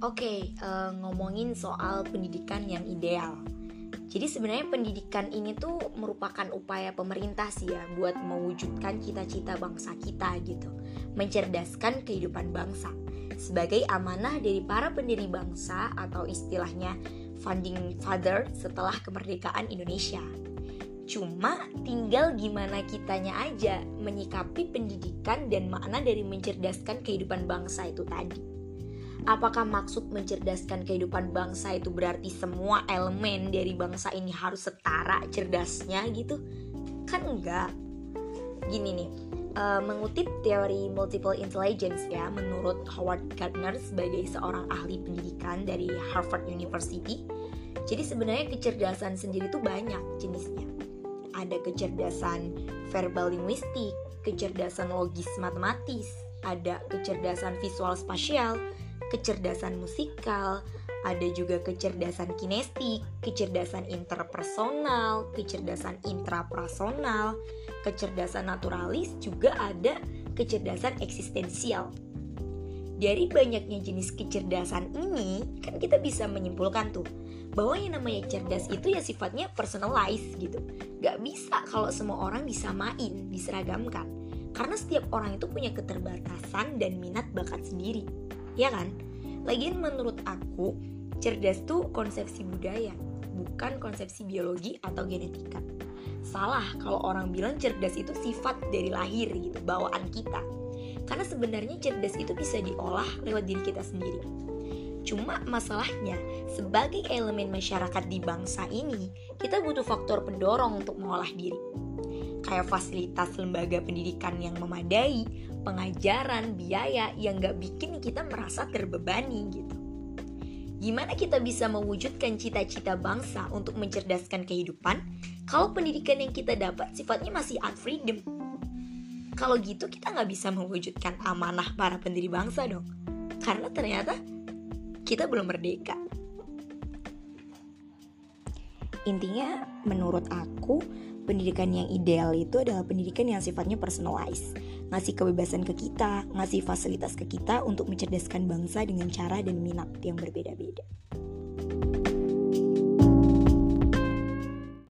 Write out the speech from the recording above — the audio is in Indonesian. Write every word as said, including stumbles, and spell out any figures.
Oke, eh, ngomongin soal pendidikan yang ideal. Jadi sebenarnya pendidikan ini tuh merupakan upaya pemerintah sih ya buat mewujudkan cita-cita bangsa kita gitu. Mencerdaskan kehidupan bangsa sebagai amanah dari para pendiri bangsa atau istilahnya founding father setelah kemerdekaan Indonesia. Cuma tinggal gimana kitanya aja menyikapi pendidikan dan makna dari mencerdaskan kehidupan bangsa itu tadi. Apakah maksud mencerdaskan kehidupan bangsa itu berarti semua elemen dari bangsa ini harus setara cerdasnya gitu? Kan enggak. Gini nih, uh, mengutip teori multiple intelligence ya, menurut Howard Gardner sebagai seorang ahli pendidikan dari Harvard University. Jadi sebenarnya kecerdasan sendiri tuh banyak jenisnya. Ada kecerdasan verbal linguistik, kecerdasan logis matematis, ada kecerdasan visual spasial, kecerdasan musikal, ada juga kecerdasan kinestik, kecerdasan interpersonal, kecerdasan intrapersonal, kecerdasan naturalis, juga ada kecerdasan eksistensial. Dari banyaknya jenis kecerdasan ini, kan kita bisa menyimpulkan tuh bahwa yang namanya cerdas itu ya sifatnya personalized gitu. Gak bisa kalau semua orang disamain, diseragamkan. Karena setiap orang itu punya keterbatasan dan minat bakat sendiri. Ya kan? Lagian menurut aku, cerdas tuh konsepsi budaya, bukan konsepsi biologi atau genetika. Salah kalau orang bilang cerdas itu sifat dari lahir gitu, bawaan kita. Karena sebenarnya cerdas itu bisa diolah lewat diri kita sendiri. Cuma masalahnya, sebagai elemen masyarakat di bangsa ini, kita butuh faktor pendorong untuk mengolah diri. Kayak fasilitas lembaga pendidikan yang memadai, pengajaran, biaya yang gak bikin kita merasa terbebani gitu. Gimana kita bisa mewujudkan cita-cita bangsa untuk mencerdaskan kehidupan kalau pendidikan yang kita dapat sifatnya masih unfreedom? Kalau gitu kita gak bisa mewujudkan amanah para pendiri bangsa dong. Karena ternyata kita belum merdeka. Intinya menurut aku, pendidikan yang ideal itu adalah pendidikan yang sifatnya personalized, ngasih kebebasan ke kita, ngasih fasilitas ke kita untuk mencerdaskan bangsa dengan cara dan minat yang berbeda-beda.